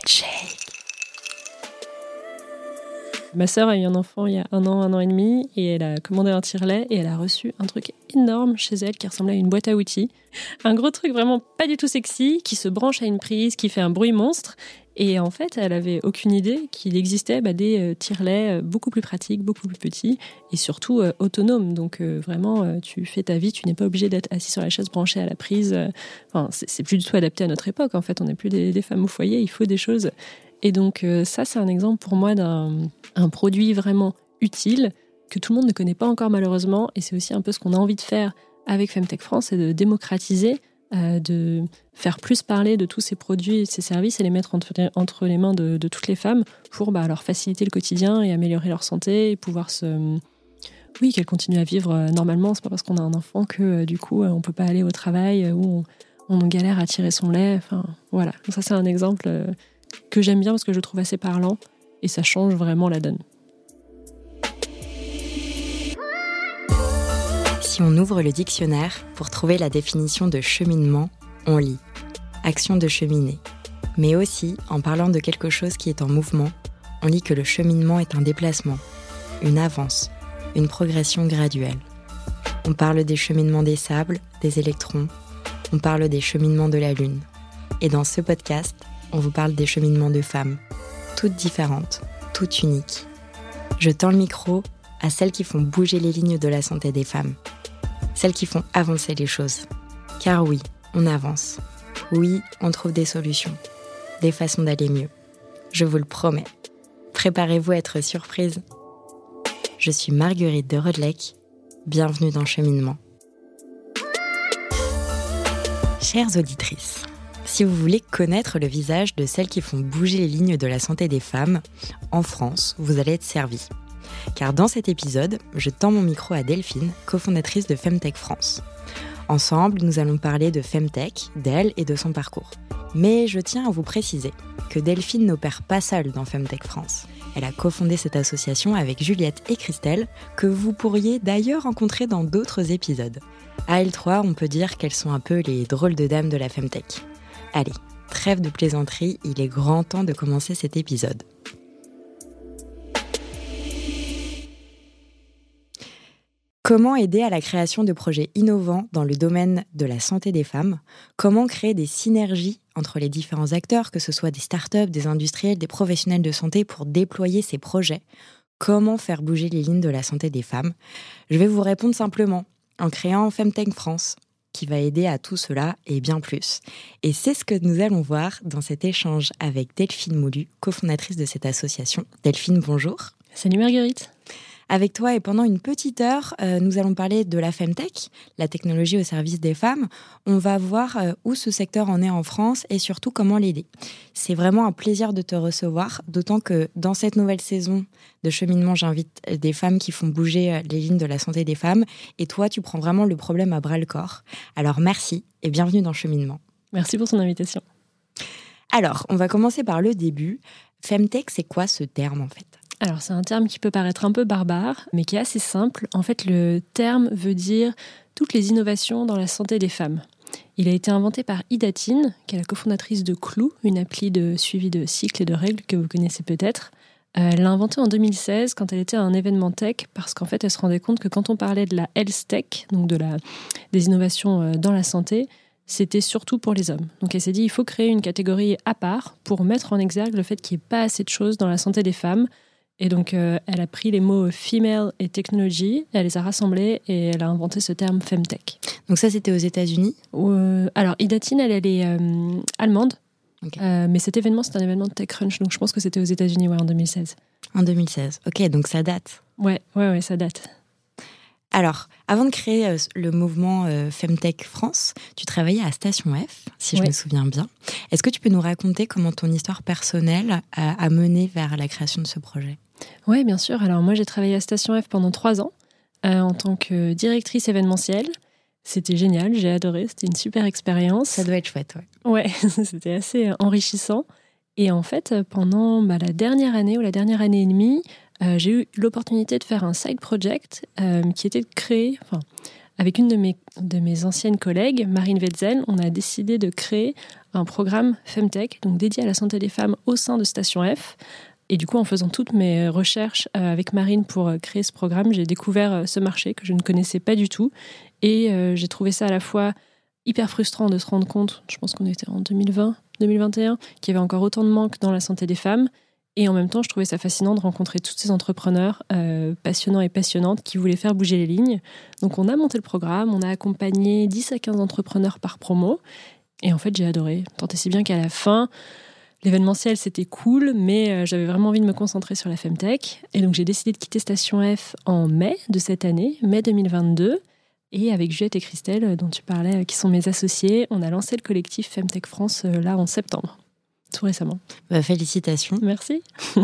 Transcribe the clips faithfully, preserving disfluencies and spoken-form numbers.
Shake. Ma sœur a eu un enfant il y a un an, un an et demi, et elle a commandé un tire-lait et elle a reçu un truc énorme chez elle qui ressemblait à une boîte à outils. Un gros truc vraiment pas du tout sexy, qui se branche à une prise, qui fait un bruit monstre. Et en fait, elle avait aucune idée qu'il existait bah, des euh, tire-laits beaucoup plus pratiques, beaucoup plus petits et surtout euh, autonomes. Donc euh, vraiment, euh, tu fais ta vie, tu n'es pas obligé d'être assis sur la chaise branchée à la prise. Enfin, c'est, c'est plus du tout adapté à notre époque. En fait, on n'est plus des, des femmes au foyer, il faut des choses. Et donc euh, ça, c'est un exemple pour moi d'un un produit vraiment utile que tout le monde ne connaît pas encore malheureusement. Et c'est aussi un peu ce qu'on a envie de faire avec Femtech France, c'est de démocratiser, euh, de faire plus parler de tous ces produits et ces services et les mettre entre les, entre les mains de, de toutes les femmes pour bah, leur faciliter le quotidien et améliorer leur santé et pouvoir se... Oui, qu'elles continuent à vivre euh, normalement. C'est pas parce qu'on a un enfant que euh, du coup, euh, on peut pas aller au travail euh, ou on, on galère à tirer son lait. Enfin, voilà. Donc ça, c'est un exemple... Euh, que j'aime bien parce que je trouve assez parlant et ça change vraiment la donne. Si on ouvre le dictionnaire pour trouver la définition de cheminement, on lit action de cheminer. Mais aussi, en parlant de quelque chose qui est en mouvement, on lit que le cheminement est un déplacement, une avance, une progression graduelle. On parle des cheminements des sables, des électrons, on parle des cheminements de la Lune. Et dans ce podcast, on vous parle des cheminements de femmes, toutes différentes, toutes uniques. Je tends le micro à celles qui font bouger les lignes de la santé des femmes, celles qui font avancer les choses. Car oui, on avance. Oui, on trouve des solutions, des façons d'aller mieux. Je vous le promets. Préparez-vous à être surprise. Je suis Marguerite de Rodelec. Bienvenue dans Cheminement. Chères auditrices, si vous voulez connaître le visage de celles qui font bouger les lignes de la santé des femmes, en France, vous allez être servis. Car dans cet épisode, je tends mon micro à Delphine, cofondatrice de Femtech France. Ensemble, nous allons parler de Femtech, d'elle et de son parcours. Mais je tiens à vous préciser que Delphine n'opère pas seule dans Femtech France. Elle a cofondé cette association avec Juliette et Christelle, que vous pourriez d'ailleurs rencontrer dans d'autres épisodes. À elles trois, on peut dire qu'elles sont un peu les drôles de dames de la Femtech. Allez, trêve de plaisanterie, il est grand temps de commencer cet épisode. Comment aider à la création de projets innovants dans le domaine de la santé des femmes ? Comment créer des synergies entre les différents acteurs, que ce soit des startups, des industriels, des professionnels de santé, pour déployer ces projets ? Comment faire bouger les lignes de la santé des femmes ? Je vais vous répondre simplement, en créant Femtech France, qui va aider à tout cela et bien plus. Et c'est ce que nous allons voir dans cet échange avec Delphine Moulu, cofondatrice de cette association. Delphine, bonjour. Salut Marguerite. Avec toi et pendant une petite heure, euh, nous allons parler de la Femtech, la technologie au service des femmes. On va voir euh, où ce secteur en est en France et surtout comment l'aider. C'est vraiment un plaisir de te recevoir, d'autant que dans cette nouvelle saison de cheminement, j'invite des femmes qui font bouger les lignes de la santé des femmes. Et toi, tu prends vraiment le problème à bras-le-corps. Alors merci et bienvenue dans Cheminement. Merci pour ton invitation. Alors, on va commencer par le début. Femtech, c'est quoi ce terme en fait ? Alors, c'est un terme qui peut paraître un peu barbare, mais qui est assez simple. En fait, le terme veut dire toutes les innovations dans la santé des femmes. Il a été inventé par Ida Tine, qui est la cofondatrice de Clou, une appli de suivi de cycles et de règles que vous connaissez peut-être. Euh, elle l'a inventé en deux mille seize quand elle était à un événement tech, parce qu'en fait, elle se rendait compte que quand on parlait de la health tech, donc de la, des innovations dans la santé, c'était surtout pour les hommes. Donc elle s'est dit, il faut créer une catégorie à part pour mettre en exergue le fait qu'il n'y ait pas assez de choses dans la santé des femmes. Et donc, euh, elle a pris les mots « female » et « technology », elle les a rassemblés et elle a inventé ce terme « femtech ». Donc ça, c'était aux États-Unis ? euh, Alors, Ida Tine, elle, elle est euh, allemande, okay. euh, mais cet événement, c'est un événement de TechCrunch, donc je pense que c'était aux États-Unis, ouais, en deux mille seize. En deux mille seize, ok, donc ça date. Ouais, ouais, ouais, ça date. Alors, avant de créer euh, le mouvement euh, Femtech France, tu travaillais à Station F, si ouais. je me souviens bien. Est-ce que tu peux nous raconter comment ton histoire personnelle a, a mené vers la création de ce projet ? Oui, bien sûr. Alors moi, j'ai travaillé à Station F pendant trois ans euh, en tant que directrice événementielle. C'était génial, j'ai adoré, c'était une super expérience. Ça doit être chouette, ouais. Ouais, c'était assez enrichissant. Et en fait, pendant bah, la dernière année ou la dernière année et demie, euh, j'ai eu l'opportunité de faire un side project euh, qui était de créer, enfin, avec une de mes, de mes anciennes collègues, Marine Wetzel, on a décidé de créer un programme Femtech, donc dédié à la santé des femmes au sein de Station F. Et du coup, en faisant toutes mes recherches avec Marine pour créer ce programme, j'ai découvert ce marché que je ne connaissais pas du tout. Et euh, j'ai trouvé ça à la fois hyper frustrant de se rendre compte, je pense qu'on était en deux mille vingt, deux mille vingt et un, qu'il y avait encore autant de manque dans la santé des femmes. Et en même temps, je trouvais ça fascinant de rencontrer tous ces entrepreneurs euh, passionnants et passionnantes qui voulaient faire bouger les lignes. Donc, on a monté le programme, on a accompagné dix à quinze entrepreneurs par promo. Et en fait, j'ai adoré. Tant et si bien qu'à la fin, l'événementiel, c'était cool, mais euh, j'avais vraiment envie de me concentrer sur la Femtech. Et donc, j'ai décidé de quitter Station F en mai de cette année, mai deux mille vingt-deux. Et avec Juliette et Christelle, dont tu parlais, qui sont mes associés, on a lancé le collectif Femtech France euh, là en septembre. Tout récemment. Bah, félicitations. Merci.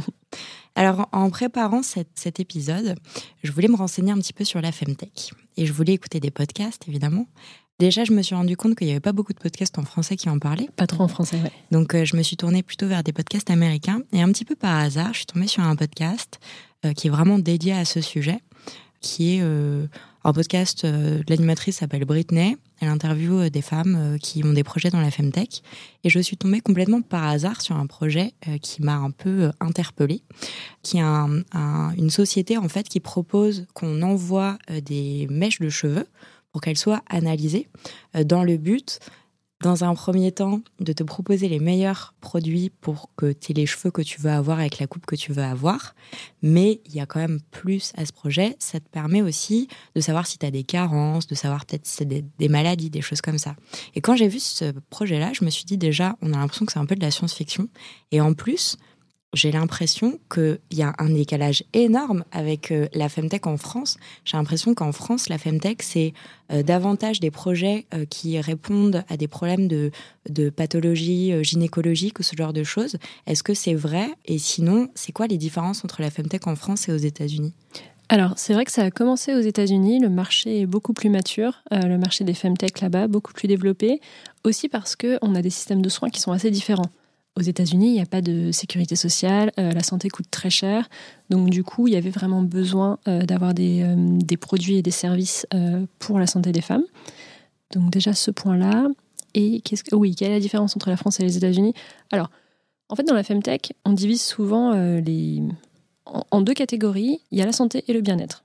Alors, en préparant cette, cet épisode, je voulais me renseigner un petit peu sur la Femtech. Et je voulais écouter des podcasts, évidemment. Déjà, je me suis rendu compte qu'il n'y avait pas beaucoup de podcasts en français qui en parlaient. Pas trop en français, ouais. Donc, euh, je me suis tournée plutôt vers des podcasts américains. Et un petit peu par hasard, je suis tombée sur un podcast euh, qui est vraiment dédié à ce sujet, qui est euh, un podcast euh, de l'animatrice s'appelle Britney. Elle interviewe des femmes euh, qui ont des projets dans la Femtech. Et je suis tombée complètement par hasard sur un projet euh, qui m'a un peu euh, interpellée, qui est un, un, une société en fait qui propose qu'on envoie euh, des mèches de cheveux pour qu'elles soient analysées euh, dans le but, dans un premier temps, de te proposer les meilleurs produits pour que tu aies les cheveux que tu veux avoir avec la coupe que tu veux avoir. Mais il y a quand même plus à ce projet. Ça te permet aussi de savoir si tu as des carences, de savoir peut-être si tu as des, des maladies, des choses comme ça. Et quand j'ai vu ce projet-là, je me suis dit déjà, on a l'impression que c'est un peu de la science-fiction. Et en plus, j'ai l'impression qu'il y a un décalage énorme avec euh, la Femtech en France. J'ai l'impression qu'en France, la Femtech, c'est euh, davantage des projets euh, qui répondent à des problèmes de, de pathologie euh, gynécologique ou ce genre de choses. Est-ce que c'est vrai ? Et sinon, c'est quoi les différences entre la Femtech en France et aux États-Unis ? Alors, c'est vrai que ça a commencé aux États-Unis. Le marché est beaucoup plus mature. Euh, le marché des Femtech là-bas, beaucoup plus développé. Aussi parce qu'on a des systèmes de soins qui sont assez différents. Aux États-Unis, il n'y a pas de sécurité sociale, euh, la santé coûte très cher. Donc du coup, il y avait vraiment besoin euh, d'avoir des, euh, des produits et des services euh, pour la santé des femmes. Donc déjà ce point-là. Et qu'est-ce que... oui, quelle est la différence entre la France et les États-Unis ? Alors, en fait, dans la Femtech, on divise souvent euh, les... en, en deux catégories. Il y a la santé et le bien-être.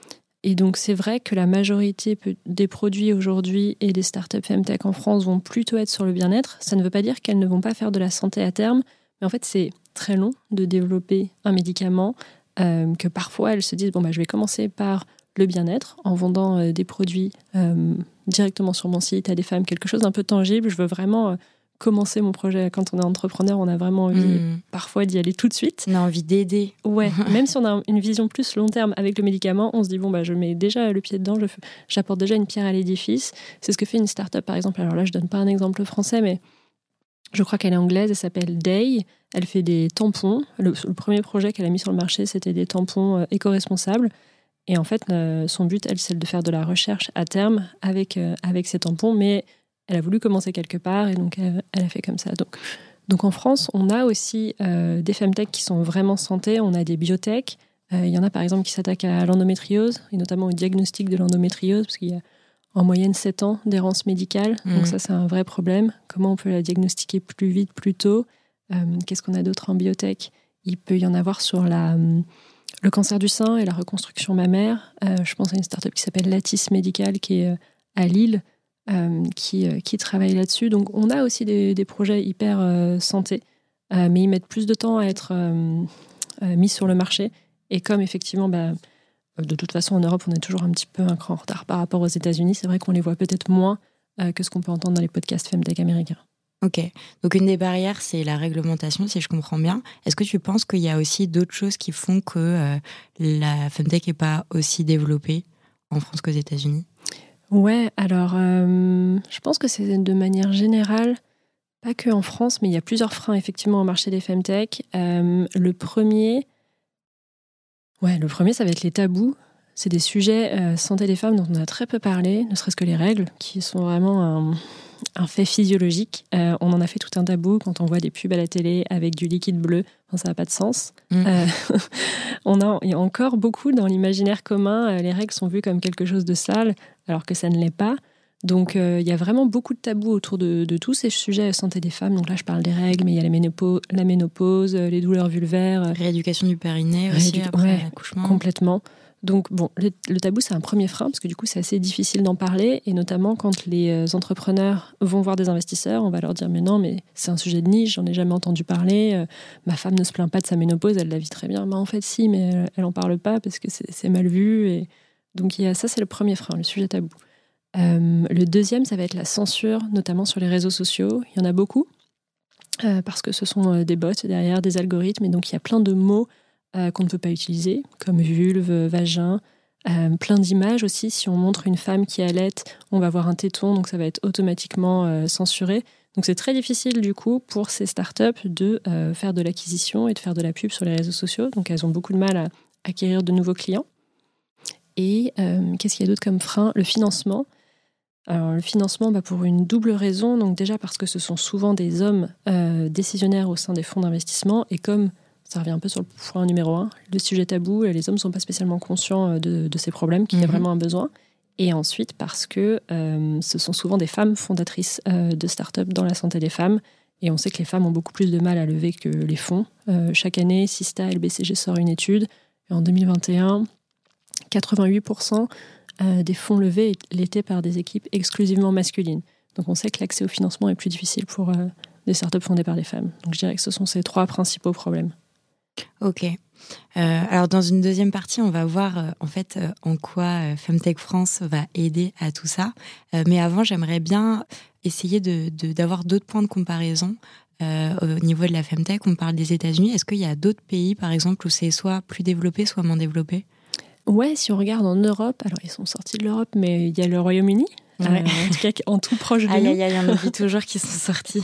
Et donc, c'est vrai que la majorité des produits aujourd'hui et des startups Femtech en France vont plutôt être sur le bien-être. Ça ne veut pas dire qu'elles ne vont pas faire de la santé à terme, mais en fait, c'est très long de développer un médicament, euh, que parfois, elles se disent, bon, bah, je vais commencer par le bien-être en vendant euh, des produits euh, directement sur mon site à des femmes, quelque chose d'un peu tangible. Je veux vraiment... Euh, commencer mon projet. Quand on est entrepreneur, on a vraiment envie mmh. parfois d'y aller tout de suite. On a envie d'aider. Ouais, même si on a une vision plus long terme avec le médicament, on se dit, bon, bah, je mets déjà le pied dedans, je, j'apporte déjà une pierre à l'édifice. C'est ce que fait une start-up, par exemple. Alors là, je donne pas un exemple français, mais je crois qu'elle est anglaise, elle s'appelle Day. Elle fait des tampons. Le, le premier projet qu'elle a mis sur le marché, c'était des tampons euh, éco-responsables. Et en fait, euh, son but, elle, c'est de faire de la recherche à terme avec, euh, avec ces tampons, mais elle a voulu commencer quelque part et donc elle, elle a fait comme ça. Donc, donc en France, on a aussi euh, des Femtech qui sont vraiment santé, on a des biotech. Euh, il y en a par exemple qui s'attaquent à l'endométriose, et notamment au diagnostic de l'endométriose, parce qu'il y a en moyenne sept ans d'errance médicale. Mmh. Donc ça, c'est un vrai problème. Comment on peut la diagnostiquer plus vite, plus tôt ? euh, Qu'est-ce qu'on a d'autre en biotech ? Il peut y en avoir sur la, le cancer du sein et la reconstruction mammaire. Euh, je pense à une start-up qui s'appelle Lattice Médical, qui est à Lille, Euh, qui, euh, qui travaillent là-dessus. Donc, on a aussi des, des projets hyper euh, santé, euh, mais ils mettent plus de temps à être euh, euh, mis sur le marché. Et comme, effectivement, bah, de toute façon, en Europe, on est toujours un petit peu un cran en retard par rapport aux États-Unis, c'est vrai qu'on les voit peut-être moins euh, que ce qu'on peut entendre dans les podcasts Femtech américains. Ok. Donc, une des barrières, c'est la réglementation, si je comprends bien. Est-ce que tu penses qu'il y a aussi d'autres choses qui font que euh, la Femtech n'est pas aussi développée en France qu'aux États-Unis ? Ouais, alors euh, je pense que c'est de manière générale, pas que en France, mais il y a plusieurs freins effectivement au marché des Femtech. Euh, le premier, ouais, le premier, ça va être les tabous. C'est des sujets euh, santé des femmes dont on a très peu parlé, ne serait-ce que les règles, qui sont vraiment un, un fait physiologique. Euh, on en a fait tout un tabou quand on voit des pubs à la télé avec du liquide bleu. Enfin, ça n'a pas de sens. Mmh. Euh, on a, il y a encore beaucoup dans l'imaginaire commun, euh, les règles sont vues comme quelque chose de sale. alors que ça ne l'est pas. Donc, il euh, y a vraiment beaucoup de tabous autour de, de tous ces sujets santé des femmes. Donc là, je parle des règles, mais il y a la ménopause, la ménopause, les douleurs vulvaires. Rééducation du périnée aussi Réédu- après ouais, l'accouchement. Complètement. Donc, bon, le, le tabou, c'est un premier frein, parce que du coup, c'est assez difficile d'en parler. Et notamment, quand les entrepreneurs vont voir des investisseurs, on va leur dire « Mais non, mais c'est un sujet de niche, j'en ai jamais entendu parler. Euh, ma femme ne se plaint pas de sa ménopause, elle la vit très bien. » Mais en fait, si, mais elle, elle en parle pas parce que c'est, c'est mal vu. Et... Donc, il y a, ça, c'est le premier frein, le sujet tabou. Euh, le deuxième, ça va être la censure, notamment sur les réseaux sociaux. Il y en a beaucoup, euh, parce que ce sont euh, des bots derrière, des algorithmes, et donc il y a plein de mots euh, qu'on ne peut pas utiliser, comme vulve, vagin, euh, plein d'images aussi. Si on montre une femme qui allaite, on va voir un téton, donc ça va être automatiquement euh, censuré. Donc c'est très difficile du coup pour ces startups de euh, faire de l'acquisition et de faire de la pub sur les réseaux sociaux. Donc elles ont beaucoup de mal à acquérir de nouveaux clients. Et euh, qu'est-ce qu'il y a d'autre comme frein ? Le financement. Alors, le financement, bah, pour une double raison. Donc déjà parce que ce sont souvent des hommes euh, décisionnaires au sein des fonds d'investissement. Et comme ça revient un peu sur le point numéro un, le sujet tabou, les hommes ne sont pas spécialement conscients de, de ces problèmes, qu'il y a mmh. vraiment un besoin. Et ensuite parce que euh, ce sont souvent des femmes fondatrices euh, de start-up dans la santé des femmes. Et on sait que les femmes ont beaucoup plus de mal à lever que les fonds. Euh, chaque année, Sista et le B C G sort une étude. Et en deux mille vingt et un, quatre-vingt-huit pour cent Euh, des fonds levés l'étaient par des équipes exclusivement masculines. Donc on sait que l'accès au financement est plus difficile pour euh, des startups fondées par des femmes. Donc je dirais que ce sont ces trois principaux problèmes. Ok. Euh, alors dans une deuxième partie, on va voir euh, en fait euh, en quoi euh, Femtech France va aider à tout ça. Euh, mais avant, j'aimerais bien essayer de, de, d'avoir d'autres points de comparaison. Euh, au niveau de la Femtech, on parle des États-Unis. Est-ce qu'il y a d'autres pays, par exemple, où c'est soit plus développé, soit moins développé ? Ouais, si on regarde en Europe, alors ils sont sortis de l'Europe, mais il y a le Royaume-Uni, ouais. euh, en tout cas en tout proche de aïe, nous. Aïe, aïe, il y en a vu toujours qui sont sortis.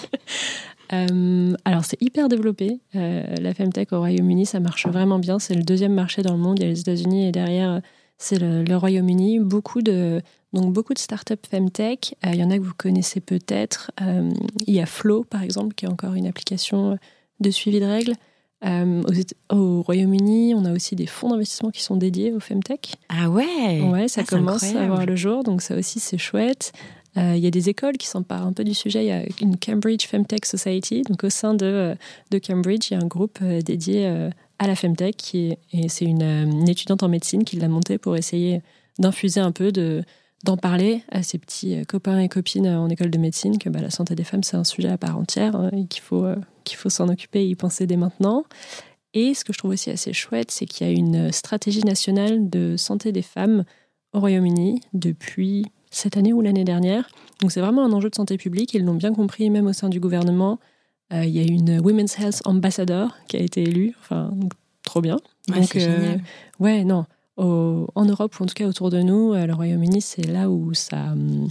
euh, alors c'est hyper développé, euh, la Femtech au Royaume-Uni, ça marche vraiment bien. C'est le deuxième marché dans le monde, il y a les États-Unis et derrière c'est le, le Royaume-Uni. Beaucoup de, donc beaucoup de startups Femtech, euh, il y en a que vous connaissez peut-être. Euh, il y a Flow par exemple, qui est encore une application de suivi de règles. Euh, aux, au Royaume-Uni, on a aussi des fonds d'investissement qui sont dédiés aux Femtech. Ah ouais Ouais, ça ah, commence à voir le jour, donc ça aussi c'est chouette. Euh, il y a des écoles qui s'emparent un peu du sujet. Il y a une Cambridge Femtech Society, donc au sein de, de Cambridge, il y a un groupe euh, dédié euh, à la Femtech, qui est, et c'est une, euh, une étudiante en médecine qui l'a monté pour essayer d'infuser un peu, de, d'en parler à ses petits copains et copines en école de médecine, que bah, la santé des femmes c'est un sujet à part entière, hein, et qu'il faut... Euh, qu'il faut s'en occuper et y penser dès maintenant. Et ce que je trouve aussi assez chouette, c'est qu'il y a une stratégie nationale de santé des femmes au Royaume-Uni depuis cette année ou l'année dernière. Donc c'est vraiment un enjeu de santé publique, ils l'ont bien compris, même au sein du gouvernement. Euh, il y a une Women's Health Ambassador qui a été élue, enfin, donc, trop bien. Ouais, donc, c'est euh, génial. Ouais, non. Au, en Europe, ou en tout cas autour de nous, le Royaume-Uni, c'est là où ça... Hum,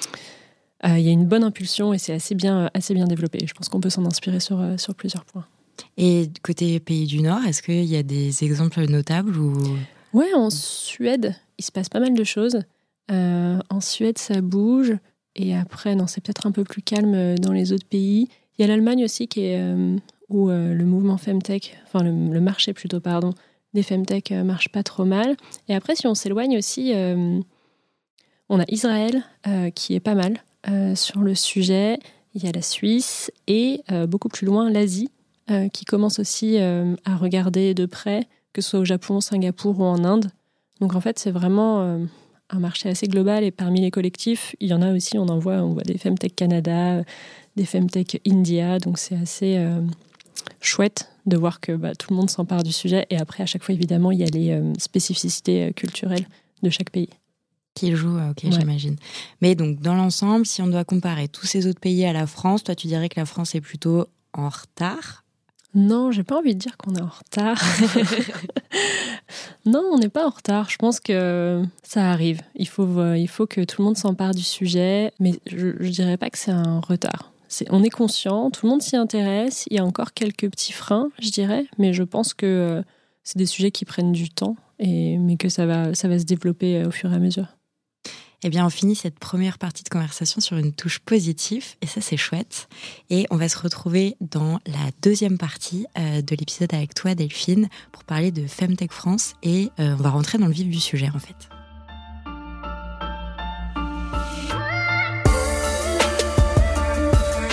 Il euh, y a une bonne impulsion et c'est assez bien, assez bien développé. Je pense qu'on peut s'en inspirer sur, euh, sur plusieurs points. Et côté pays du Nord, est-ce qu'il y a des exemples notables ou... Ouais, en Suède, il se passe pas mal de choses. Euh, en Suède, ça bouge. Et après, non, c'est peut-être un peu plus calme dans les autres pays. Il y a l'Allemagne aussi, qui est, euh, où euh, le mouvement Femtech, enfin le, le marché plutôt, pardon, des Femtech euh, marche pas trop mal. Et après, si on s'éloigne aussi, euh, on a Israël, euh, qui est pas mal. Euh, sur le sujet, il y a la Suisse et euh, beaucoup plus loin l'Asie euh, qui commence aussi euh, à regarder de près, que ce soit au Japon, Singapour ou en Inde. Donc en fait, c'est vraiment euh, un marché assez global et parmi les collectifs, il y en a aussi, on en voit, on voit des Femtech Canada, des Femtech India, donc c'est assez euh, chouette de voir que bah, tout le monde s'empare du sujet et après, à chaque fois, évidemment, il y a les euh, spécificités euh, culturelles de chaque pays. Qui joue, ok, ouais. J'imagine. Mais donc, dans l'ensemble, si on doit comparer tous ces autres pays à la France, toi, tu dirais que la France est plutôt en retard ? Non, j'ai pas envie de dire qu'on est en retard. Non, on n'est pas en retard. Je pense que ça arrive. Il faut, il faut que tout le monde s'empare du sujet, mais je, je dirais pas que c'est un retard. C'est, on est conscient, tout le monde s'y intéresse. Il y a encore quelques petits freins, je dirais, mais je pense que euh, c'est des sujets qui prennent du temps, et, mais que ça va, ça va se développer au fur et à mesure. Eh bien, on finit cette première partie de conversation sur une touche positive, et ça, c'est chouette. Et on va se retrouver dans la deuxième partie euh, de l'épisode avec toi, Delphine, pour parler de Femtech France, et euh, on va rentrer dans le vif du sujet, en fait.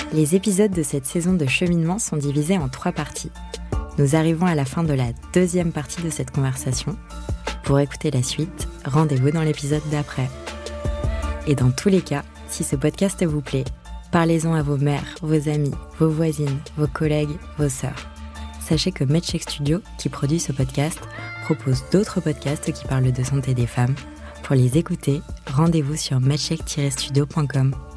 Les épisodes de cette saison de cheminement sont divisés en trois parties. Nous arrivons à la fin de la deuxième partie de cette conversation. Pour écouter la suite, rendez-vous dans l'épisode d'après. Et dans tous les cas, si ce podcast vous plaît, parlez-en à vos mères, vos amis, vos voisines, vos collègues, vos sœurs. Sachez que MedCheck Studio, qui produit ce podcast, propose d'autres podcasts qui parlent de santé des femmes. Pour les écouter, rendez-vous sur medcheck tiret studio point com.